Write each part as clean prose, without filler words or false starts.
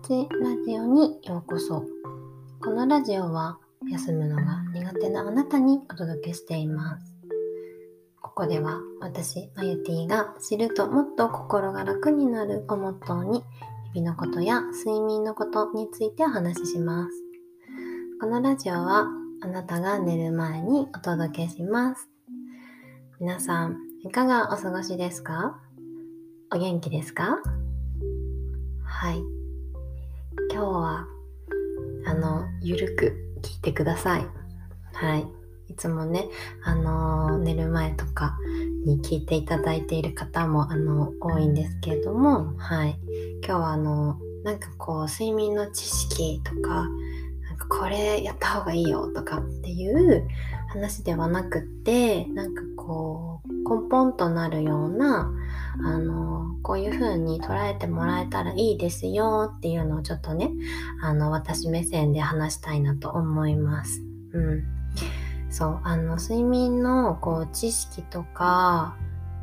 ちラジオにようこそ。このラジオは休むのが苦手なあなたにお届けしています。ここでは私まゆティが知るともっと心が楽になるをモットーに日々のことや睡眠のことについてお話しします。このラジオはあなたが寝る前にお届けします。皆さんいかがお過ごしですか？お元気ですか？はい。今日はゆるく聞いてください。はい。いつもね、寝る前とかに聞いていただいている方も多いんですけれども、はい。今日は睡眠の知識とか、これやった方がいいよとかっていう話ではなくって、根本となるようなこういう風に捉えてもらえたらいいですよっていうのをちょっとね、私目線で話したいなと思います。そう、睡眠の知識とか、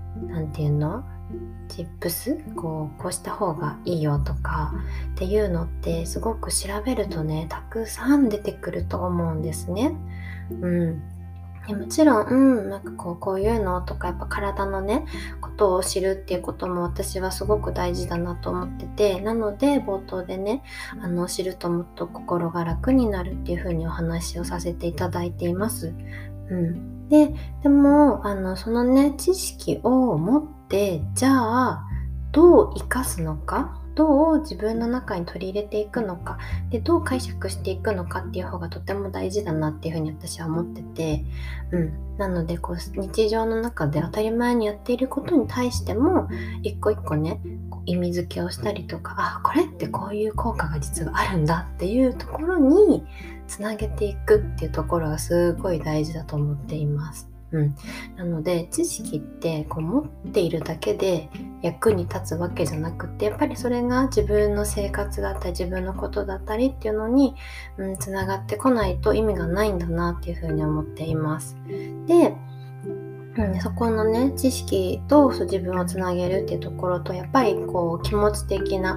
チップスこうした方がいいよとかっていうのってすごく調べるとね、たくさん出てくると思うんですね。でもちろん、こういうのとか、やっぱ体のね、ことを知るっていうことも私はすごく大事だなと思ってて、なので冒頭でね、知るともっと心が楽になるっていう風にお話をさせていただいています。でも、そのね、知識を持って、じゃあ、どう生かすのか、どう自分の中に取り入れていくのか、でどう解釈していくのかっていう方がとても大事だなっていうふうに私は思ってて、なので日常の中で当たり前にやっていることに対しても一個一個ね、意味付けをしたりとか、これってこういう効果が実はあるんだっていうところにつなげていくっていうところがすごい大事だと思っています。なので知識って持っているだけで役に立つわけじゃなくて、やっぱりそれが自分の生活だったり自分のことだったりっていうのにつながってこないと意味がないんだなっていうふうに思っています。で、そこのね、知識と自分をつなげるっていうところと、やっぱり気持ち的な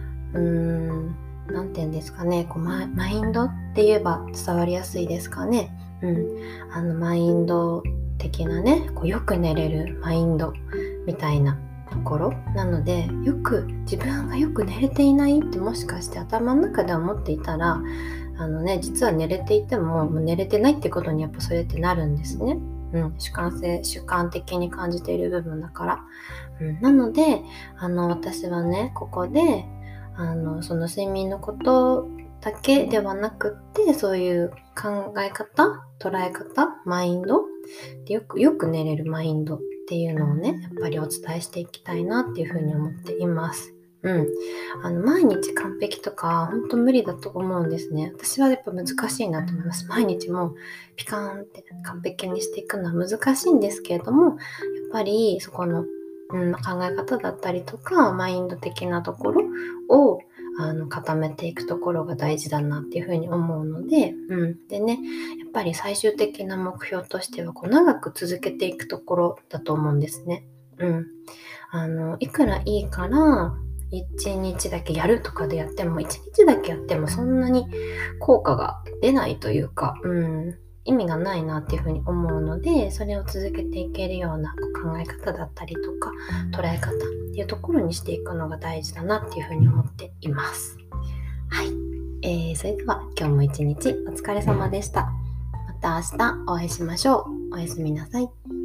なんていうんですかね、マインドって言えば伝わりやすいですかね。マインド的なね、よく寝れるマインドみたいなところなので、自分がよく寝れていないってもしかして頭の中で思っていたら、実は寝れていても寝れてないってことにやっぱそれってなるんですね。主観的に感じている部分だから。なので私はね、ここでその睡眠のことだけではなくって、そういう考え方、捉え方、マインドでよく寝れるマインドっていうのをね、やっぱりお伝えしていきたいなっていうふうに思っています。毎日完璧とか本当無理だと思うんですね。私はやっぱ難しいなと思います。毎日もピカーンって完璧にしていくのは難しいんですけれども、やっぱりそこの、考え方だったりとかマインド的なところを固めていくところが大事だなっていうふうに思うので、でね、やっぱり最終的な目標としては長く続けていくところだと思うんですね。いくらいいから1日だけやるとかでやっても、1日だけやってもそんなに効果が出ないというか、意味がないなっていうふうに思うので、それを続けていけるような考え方だったりとか捉え方っていうところにしていくのが大事だなっていうふうに思っています。はい、それでは今日も一日お疲れ様でした。また明日お会いしましょう。おやすみなさい。